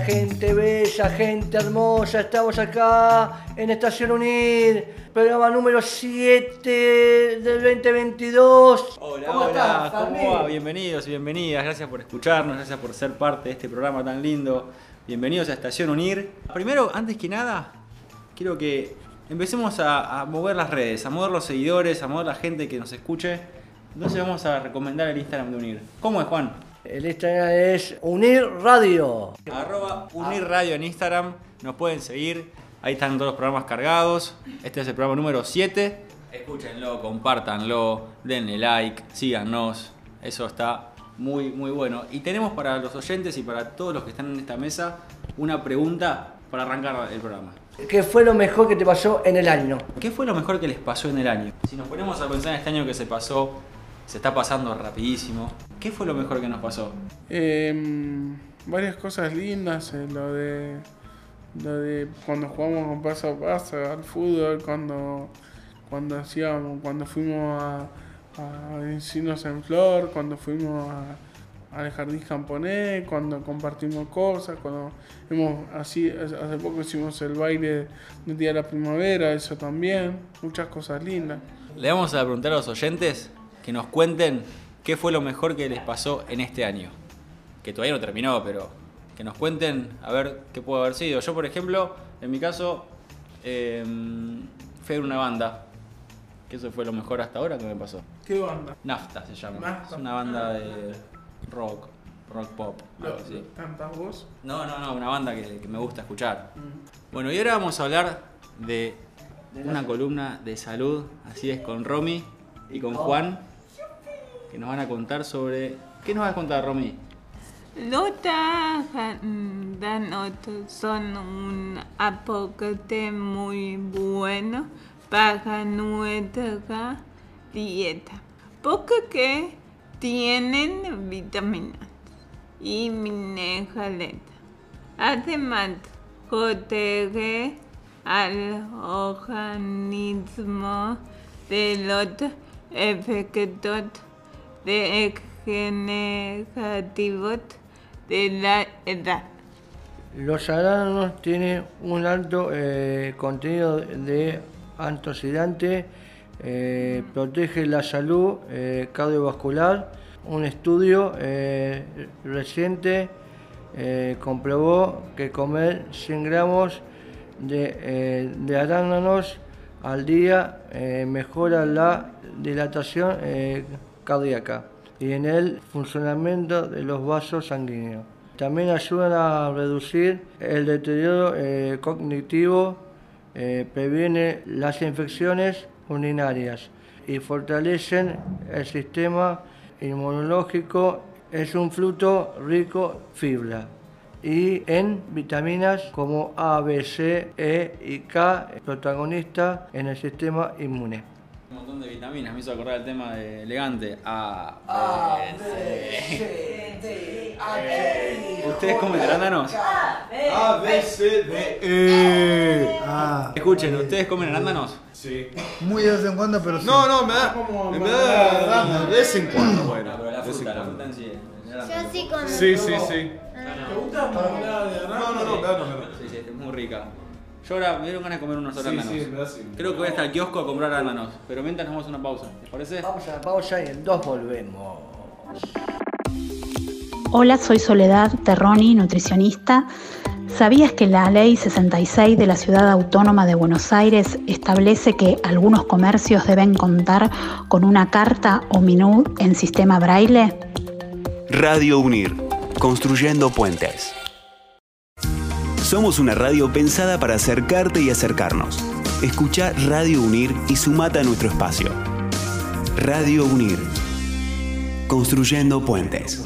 gente bella, gente hermosa. Estamos acá en Estación Unir, programa número 7 del 2022. Hola, ¿Cómo estás, ¿cómo Fermín? va? Bienvenidos y bienvenidas, gracias por escucharnos, gracias por ser parte de este programa tan lindo. Bienvenidos a Estación Unir. Primero, antes que nada, quiero que empecemos a mover las redes, a mover los seguidores, a mover la gente que nos escuche. Entonces vamos a recomendar el Instagram de Unir. ¿Cómo es, Juan? El Instagram es Unir Radio. @Unir Radio en Instagram, nos pueden seguir, ahí están todos los programas cargados. Este es el programa número 7. Escúchenlo, compártanlo, denle like, síganos, eso está muy bueno. Y tenemos para los oyentes y para todos los que están en esta mesa una pregunta para arrancar el programa. ¿Qué fue lo mejor que te pasó en el año? ¿Qué fue lo mejor que les pasó en el año? Si nos ponemos a pensar en este año que se pasó, se está pasando rapidísimo. ¿Qué fue lo mejor que nos pasó? Varias cosas lindas, lo de cuando jugamos con paso a paso al fútbol, cuando fuimos a Encinos en Flor, cuando fuimos al jardín camponés, cuando compartimos cosas, hace poco hicimos el baile del día de la primavera, eso también, muchas cosas lindas. Le vamos a preguntar a los oyentes que nos cuenten qué fue lo mejor que les pasó en este año. Que todavía no terminó, pero que nos cuenten a ver qué puede haber sido. Yo, por ejemplo, en mi caso, fui a ver una banda. Que eso fue lo mejor hasta ahora que me pasó. ¿Qué banda? Nafta se llama. Nafta. Es una banda de rock pop. Algo así. ¿Cantas vos? No, una banda que me gusta escuchar. Bueno, y ahora vamos a hablar de una columna de salud, así es, con Romy y con Juan, que nos van a contar sobre... ¿Qué nos vas a contar, Romy? Los arándanos son un aporte muy bueno para nuestra dieta, porque tienen vitaminas y minerales. Además, protege al organismo de los efectos degenerativos de la edad. Los arándanos tienen un alto contenido de antioxidantes, protege la salud cardiovascular. Un estudio reciente comprobó que comer 100 gramos de arándanos al día mejora la dilatación cardíaca y en el funcionamiento de los vasos sanguíneos. También ayudan a reducir el deterioro cognitivo, previene las infecciones urinarias y fortalecen el sistema inmunológico. Es un fruto rico en fibra y en vitaminas como A, B, C, E y K, protagonista en el sistema inmune. Un montón de vitaminas, me hizo acordar el tema de elegante. A, B, C, D, H. ¿Ustedes comen arándanos? A, B, C, D, E. Escuchen, ¿ustedes comen arándanos? Sí. Muy de vez en cuando, pero sí. No, me da de vez en cuando, bueno. Pero la de vez en fruta cuando. en sí. Yo sí con Sí. ¿Te gusta mermelada de arándano? No. Sí, es muy rica. Yo ahora me dieron ganas de comer unos arándanos. Sí, me da sí. Creo que voy hasta el kiosco a comprar arándanos. Pero mientras nos vamos a una pausa, ¿les parece? Vamos a la pausa y en 2 volvemos. Hola, soy Soledad Terroni, nutricionista. ¿Sabías que la Ley 66 de la Ciudad Autónoma de Buenos Aires establece que algunos comercios deben contar con una carta o menú en sistema braille? Radio Unir, construyendo puentes. Somos una radio pensada para acercarte y acercarnos. Escucha Radio Unir y sumate a nuestro espacio. Radio Unir, construyendo puentes.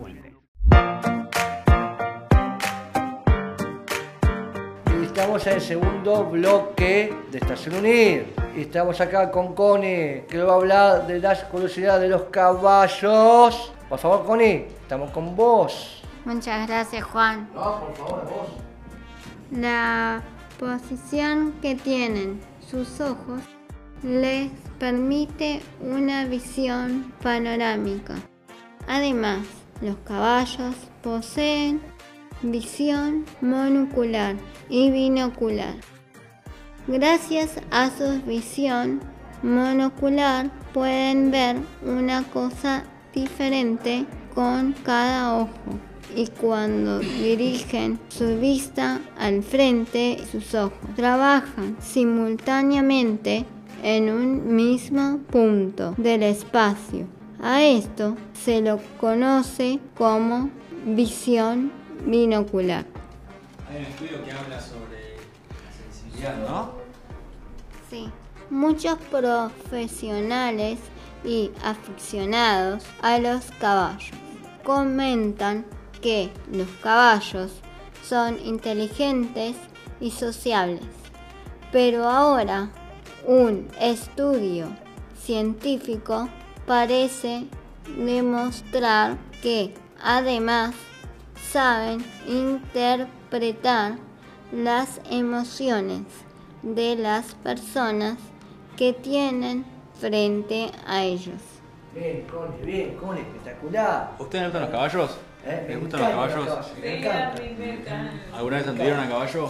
Estamos en el segundo bloque de Estación Unir. Y estamos acá con Connie, que va a hablar de las curiosidades de los caballos. Por favor, Connie, estamos con vos. Muchas gracias, Juan. No, por favor, vos. La posición que tienen sus ojos les permite una visión panorámica. Además, los caballos poseen visión monocular y binocular. Gracias a su visión monocular pueden ver una cosa diferente con cada ojo, y cuando dirigen su vista al frente, sus ojos trabajan simultáneamente en un mismo punto del espacio. A esto se lo conoce como visión binocular. Hay un estudio que habla sobre la sensibilidad, ¿no? Sí. Muchos profesionales y aficionados a los caballos comentan que los caballos son inteligentes y sociables, pero ahora un estudio científico parece demostrar que además saben interpretar las emociones de las personas que tienen frente a ellos. Bien, Connie, espectacular. ¿Ustedes les gustan los caballos? ¿Les gustan los caballos? Me encanta. ¿Alguna vez tuvieron a caballo?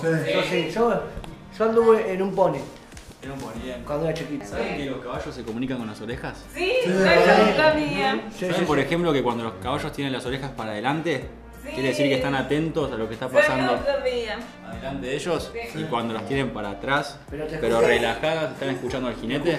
Yo anduve en un pony En un pony, bien. cuando era chiquito. ¿Saben que los caballos se comunican con las orejas? Sí, yo sabía. ¿Saben, por ejemplo, que cuando los caballos tienen las orejas para adelante, quiere decir que están atentos a lo que está pasando adelante de ellos? Y cuando las tienen para atrás, pero relajadas, están escuchando al jinete.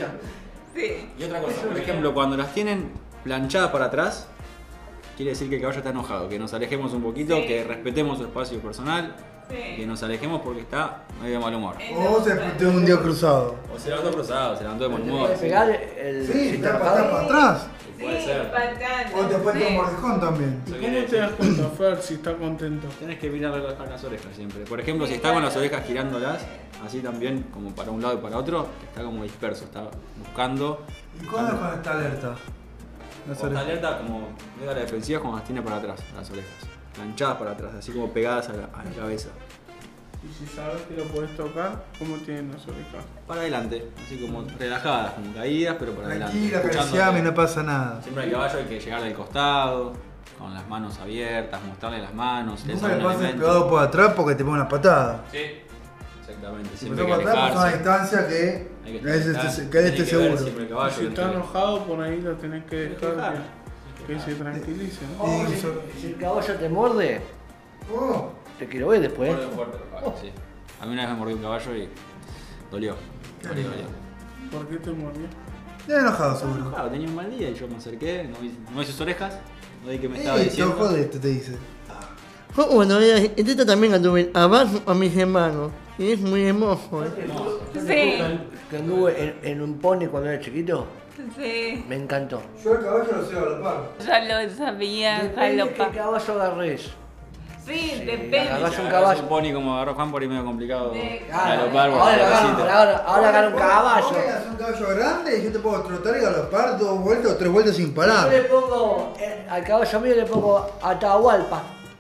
Sí. Y otra cosa, por ejemplo, cuando las tienen planchadas para atrás, quiere decir que el caballo está enojado, que nos alejemos un poquito, que respetemos su espacio personal, que nos alejemos porque está medio de mal humor. O se puteó un día cruzado. O se levantó cruzado, se levantó de mal humor. ¿Puede pegar el Sí, está para atrás. Puede ser. O te puede un mordiscón también. ¿Y cómo te das cuenta, Fer, si está contento? Tenés que mirarle las orejas siempre. Por ejemplo, si está con las orejas girándolas, así también, como para un lado y para otro, está como disperso, está buscando. ¿Y cuándo es cuando está alerta? Cuando está alerta, como medio a la defensiva, como las tiene para atrás, las orejas. Planchadas para atrás, así como pegadas a la cabeza. Y si sabes que lo puedes tocar, ¿cómo tienen las orejas? Para adelante, así como relajadas, como caídas, pero para adelante. Tranquila, Escuchando acariciame, que no pasa nada. siempre al caballo hay que llegar del costado, con las manos abiertas, mostrarle las manos. Nunca le pases pegado por atrás porque te pone una patada. Sí, exactamente. Si Siempre pasó hay que por atrás, alejarse. una distancia que Hay que que estar- esté tiene que ver seguro. siempre el Y caballo, si tiene está que- enojado, por ahí lo tenés que Tienes que dejar dejar. que se tranquilice, ¿no? Oh, si el caballo te morde, Oh, te quiero ver después. Muerde fuerte los caballos, sí. A mí una vez me mordió un caballo y dolió. Dolió. ¿Por qué te mordió? ya enojado seguro. Claro, tenía un mal día y yo me acerqué, no vi sus orejas, no vi qué me estaba Te diciendo. jodete, te dice. Bueno, este también anduve abajo a mis hermanos. Y es muy hermoso. Sí. Que anduve en un pony cuando era chiquito, Sí. me encantó. Yo el caballo lo sé galopar. Ya lo sabía, Depende qué galopar. caballo agarres. Sí, agarrás depende. un Agarrás caballo. un pony como agarró Juan por ahí medio complicado. Claro, galopar por ahora la agarra- cabecita. ahora agarra un caballo. Vos tenés un caballo grande y yo te puedo trotar y galopar 2 vueltas o 3 vueltas sin Yo parar. le pongo, al caballo mío le pongo Atahualpa.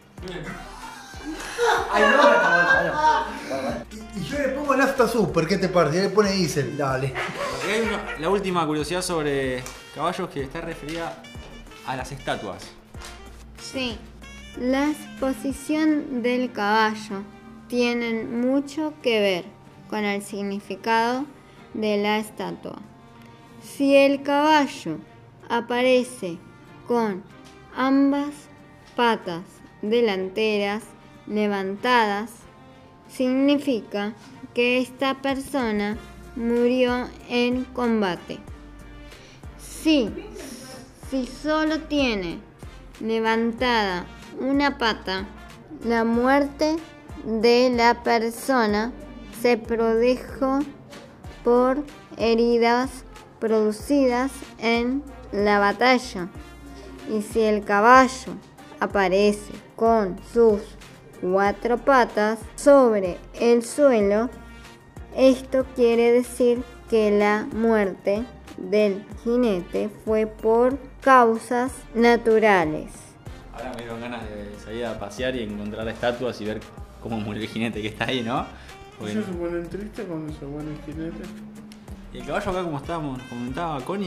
Ay, no, Atahualpa, no. Y yo le pongo nafta super, ¿qué te parece? Y le pone diésel, dale. Porque hay la última curiosidad sobre caballos que está referida a las estatuas. Sí, la exposición del caballo tienen mucho que ver con el significado de la estatua. Si el caballo aparece con ambas patas delanteras levantadas, significa que esta persona murió en combate. Si solo tiene levantada una pata, la muerte de la persona se produjo por heridas producidas en la batalla. Y si el caballo aparece con sus 4 patas sobre el suelo, esto quiere decir que la muerte del jinete fue por causas naturales. Ahora me dieron ganas de salir a pasear y encontrar estatuas y ver cómo murió el jinete que está ahí, ¿no? Porque- ¿Ellos se ponen tristes cuando se ponen jinetes? Y el caballo acá, como estábamos, nos comentaba Connie,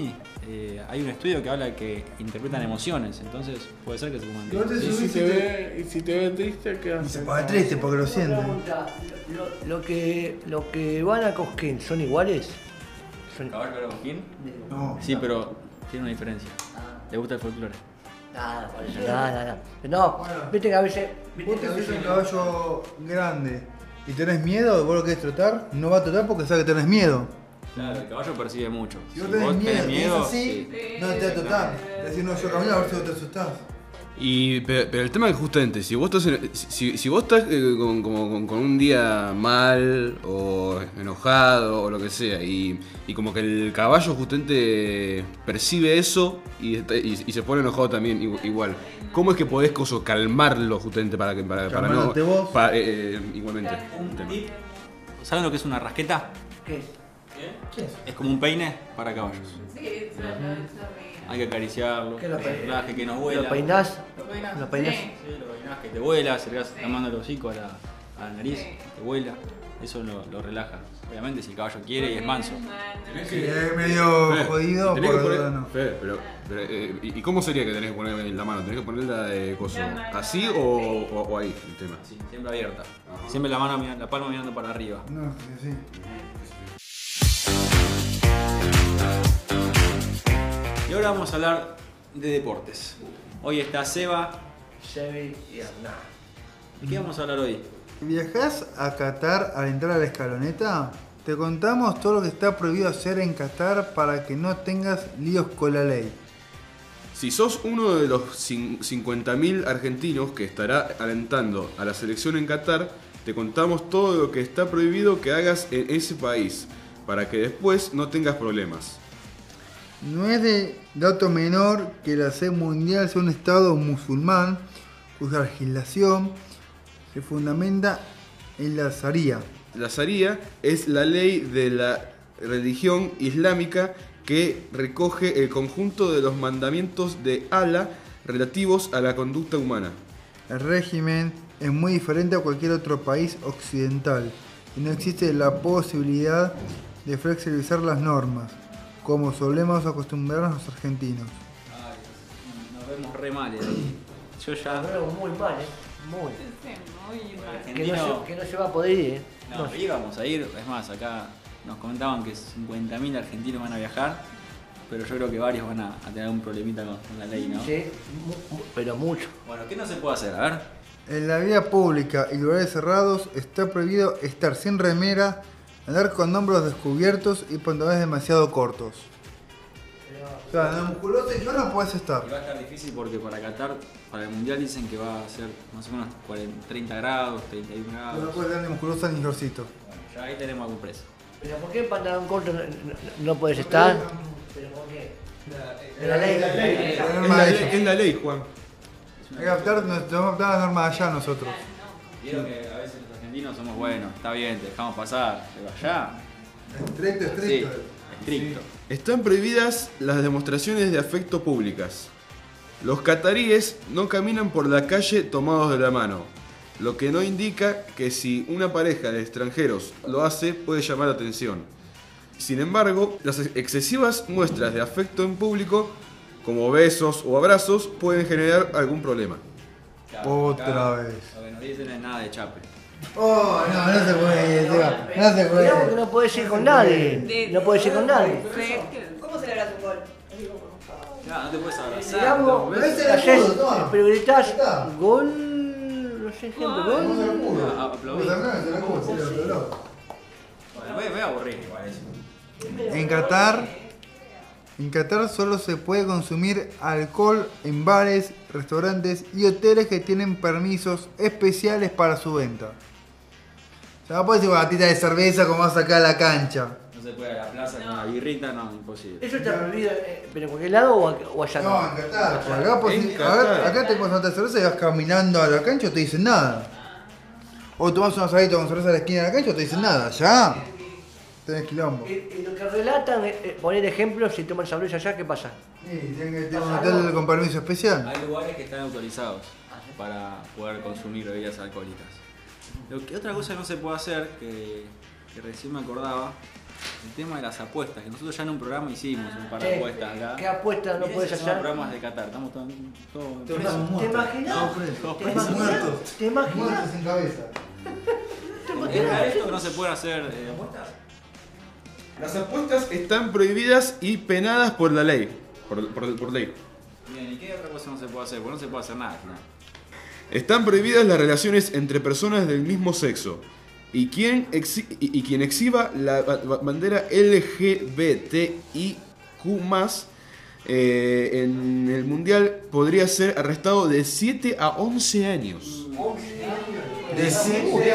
hay un estudio que habla que interpretan emociones, entonces puede ser que se fuman. Y si te ve triste, ¿qué haces? Se pone triste porque lo siente. Pregunta, lo que van a Cosquín, ¿son iguales? ¿Caballo para Cosquín? No. Sí, pero tiene una diferencia. ¿Le gusta el folclore? Nada, por eso, nada. No, viste que a veces... Vos te subís un caballo grande y tenés miedo, vos lo querés trotar, no va a trotar porque sabe que tenés miedo. Claro, el caballo percibe mucho. Si vos tenés miedo, así, no te va a trotar. Decís, no, yo camino a ver si vos te asustás. Pero el tema es justamente, si vos estás, si vos estás con un día mal o enojado o lo que sea, y como que el caballo justamente percibe eso y se pone enojado también igual, ¿cómo es que podés calmarlo justamente para no... Vos? Igualmente. ¿Saben lo que es una rasqueta? ¿Qué? Es como un peine para caballos. Sí, Hay que acariciarlo, ¿Qué lo peinas? relaje, que nos vuela. ¿Lo peinás? ¿Lo peinás? Sí, lo peinás, que te vuela, acercás la mano al hocico a la nariz, te vuela. Eso lo relaja. Obviamente si el caballo quiere y es manso. Si es medio jodido, tenés por que poner, duda no. pero ¿y cómo sería que tenés que poner en la mano? ¿Tenés que ponerla de coso? ¿Así o ahí el tema? Sí, siempre abierta. Siempre la mano, la palma mirando para arriba. No, sí. Y ahora vamos a hablar de deportes. Hoy está Seba. Sebi y Hernán. ¿De qué vamos a hablar hoy? ¿Viajás a Qatar al entrar a la escaloneta? Te contamos todo lo que está prohibido hacer en Qatar para que no tengas líos con la ley. Si sos uno de los 50.000 argentinos que estará alentando a la selección en Qatar, te contamos todo lo que está prohibido que hagas en ese país, para que después no tengas problemas. No es de dato menor que la sede mundial sea un estado musulmán cuya legislación se fundamenta en la Sharia. La Sharia es la ley de la religión islámica que recoge el conjunto de los mandamientos de Allah relativos a la conducta humana. El régimen es muy diferente a cualquier otro país occidental y no existe la posibilidad de flexibilizar las normas, como solemos acostumbrarnos los argentinos. Ay, nos vemos re mal ahí. Yo ya... Nos vemos muy mal, muy. Argentino... Que no se va a poder ir, No, íbamos a ir, es más, acá nos comentaban que 50.000 argentinos van a viajar, pero yo creo que varios van a tener un problemita con la ley, ¿no? Sí, pero mucho. Bueno, ¿qué no se puede hacer? A ver. En la vía pública y lugares cerrados está prohibido estar sin remera, andar con hombros descubiertos y pantalones demasiado cortos. O sea, en el musculoso y yo no puedes estar. Y va a estar difícil porque para Qatar, para el mundial dicen que va a ser más o menos 30 grados, 31 grados. No puedes estar ni musculosa ni shortcito. Bueno, ya ahí tenemos algún precio. ¿Pero por qué en pantalón corto no puedes estar? ¿Pero por qué? De la ley. Es la ley, Juan. Hay que adaptar las normas allá nosotros. Vieron que a veces los argentinos somos buenos, está bien, te dejamos pasar, pero allá... Estricto. Sí, estricto. Están prohibidas las demostraciones de afecto públicas. Los cataríes no caminan por la calle tomados de la mano, lo que no indica que si una pareja de extranjeros lo hace puede llamar la atención. Sin embargo, las excesivas muestras de afecto en público, como besos o abrazos, pueden generar algún problema. Claro, Otra vez. Lo que nos dicen es nada de chape. Oh, no se puede, Seba. No se puede. Mirá, porque no puedes ir con nadie. No puedes ir con nadie. ¿Cómo celebras un gol? Claro, no te puedes abrazar. Digamos, Pero ese haces, era el fútbol, toma. pero gritás Está. gol, no sé, ejemplo, gol. Aplaudí. Bueno, voy a aburrir igual eso. En Qatar solo se puede consumir alcohol en bares, restaurantes y hoteles que tienen permisos especiales para su venta. O sea, no puedes ir con gatita de cerveza como vas acá a la cancha. No se puede ir a la plaza con una birrita, no, imposible. ¿Eso está prohibido, pero en cualquier lado o allá No, en Qatar. Acá, En Qatar. acá te pones una cerveza y vas caminando a la cancha y no te dicen nada. O tomás un asadito con cerveza a la esquina de la cancha y no te dicen nada. Ya tenés quilombo. Y lo que relatan, poner ejemplos, si toman cerveza allá, ¿qué pasa? Sí, tienen que tener un hotel con permiso especial. Hay lugares que están autorizados para poder consumir bebidas alcohólicas. Otra cosa que no se puede hacer, que recién me acordaba, el tema de las apuestas, que nosotros ya en un programa hicimos un par de Che, apuestas acá. ¿Qué apuestas no puedes Son hacer? programas de Qatar, estamos todos ¿Te presos. imaginas? Todos ¿Te presos. imaginas? ¿Te imaginas? Muertos sin cabeza. ¿Es esto que no se pueden hacer apuestas? Las apuestas están prohibidas y penadas por la ley. Por ley. Bien, ¿y qué otra cosa no se puede hacer? Porque no se puede hacer nada al final. Están prohibidas las relaciones entre personas del mismo sexo. Y quien exhiba la bandera LGBTIQ+, en el mundial podría ser arrestado de 7 a 11 años. De 7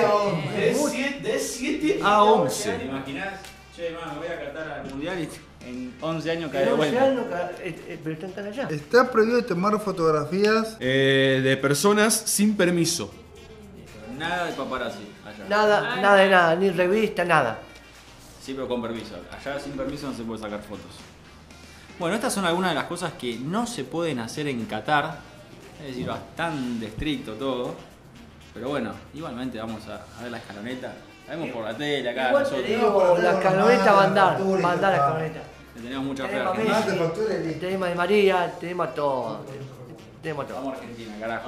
a 11. ¿Te imaginas? Che, man, voy a Qatar al mundial y en 11 años cae En de 11 vuelta. años, pero están allá. Está prohibido tomar fotografías. De personas sin permiso. Nada de paparazzi allá. Nada de nada, ni revista, nada. Sí, pero con permiso. Allá sin permiso no se puede sacar fotos. Bueno, estas son algunas de las cosas que no se pueden hacer en Qatar. Es decir, bastante estricto todo. Pero bueno, igualmente vamos a ver la escaloneta. La vemos por la tele acá Igual te nosotros. digo, la escaloneta va a andar la escaloneta. Le tenemos mucha fe a Tenemos a Argentina. Messi, tenemos a María, tenemos a todo. Tenemos a todo. Vamos a Argentina, carajo,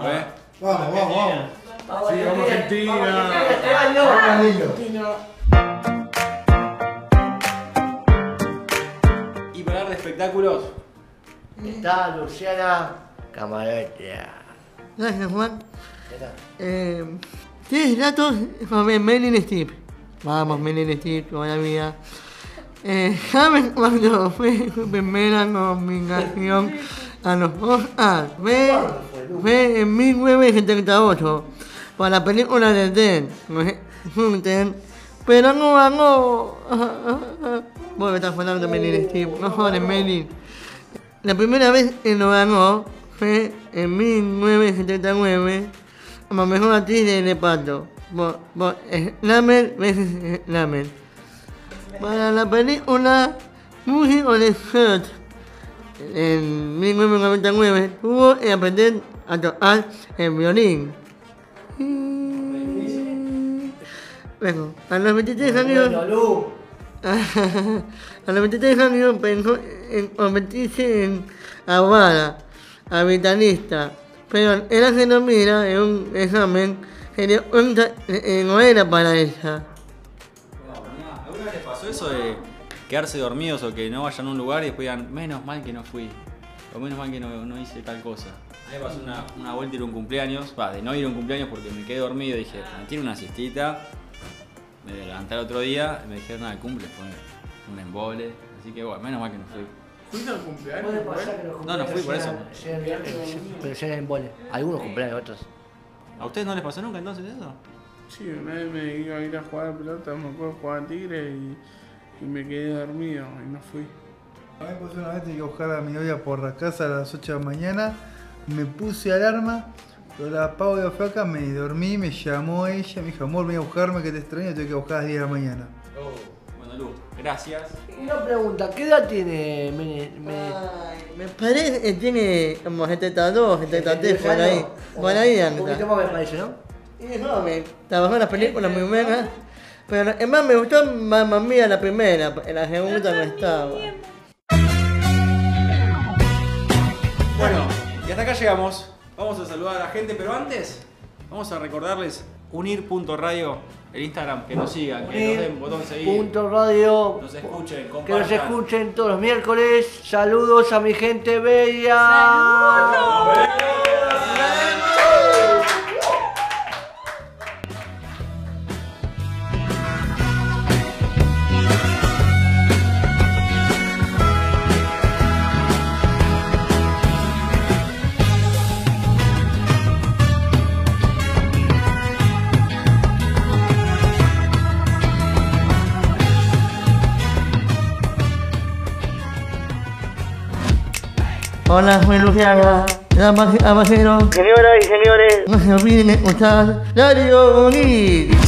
Sí, vamos Argentina. Y para hablar de espectáculos, Está Luciana Camarote. Gracias, Juan. ¿Tienes datos sobre Meryl Streep? Vamos, Meryl Streep, toda la vida. ¿Sabes cuándo fue su primera nominación a los Oscars? Fue en 1978 para la película de Ten. Pero no ganó. Vos me estás hablando de Meryl Streep, no jodes Meryl. La primera vez que lo ganó fue en 1979 como mejor actriz de reparto por Slammer vs. Slammer. Para la película Music of the Church en 1999 tuvo que aprender a tocar el violín. Bueno, a los 23 años a los 23 años pensó en convertirse en abogada, ambientalista, pero ella se lo mira en un examen se dio cuenta que no era para ella. ¿alguna vez les pasó eso de quedarse dormidos o que no vayan a un lugar y después digan, menos mal que no fui, o menos mal que no hice tal cosa? A mí me pasó una vuelta ir a un cumpleaños, de no ir a un cumpleaños porque me quedé dormido, dije, me tiro una siestita, me levanté el otro día y me dijeron, nada, el cumple fue un embole, así que bueno, menos mal que no fui. ¿Fuiste al cumpleaños? Puede pasar que los No, no fui por eso. Pero llegan en vole. Algunos cumpleaños, otros. ¿A ustedes no les pasó nunca entonces eso? Sí, una vez me iba a ir a jugar a pelota, me acuerdo jugar a Tigre y me quedé dormido y no fui. A mí me pasó una vez, tenía que buscar a mi novia por la casa a las 8 de la mañana, me puse alarma, pero la apago de faca, me dormí, me llamó ella, me dijo, amor, ven a buscarme que te extraño, tengo que buscar a las 10 de la mañana. Bueno, Lu, gracias. Una pregunta, ¿qué edad tiene Me parece que tiene como 72, 73 por ahí. Por ahí Un anda. poquito más me parece, ¿no? Y es joven, trabajó en las películas muy buenas. Pero es más, me gustó Mamma Mía la primera, en la segunda no estaba. Bueno, y hasta acá llegamos. Vamos a saludar a la gente, pero antes vamos a recordarles unir.radio, el Instagram, que nos sigan, que nos den botón seguir, Punto radio. nos escuchen, Que compartan. nos escuchen todos los miércoles. Saludos a mi gente bella. Hola, soy Luciana. Damas y caballeros, señoras y señores, no se olviden de escuchar Radio Unir.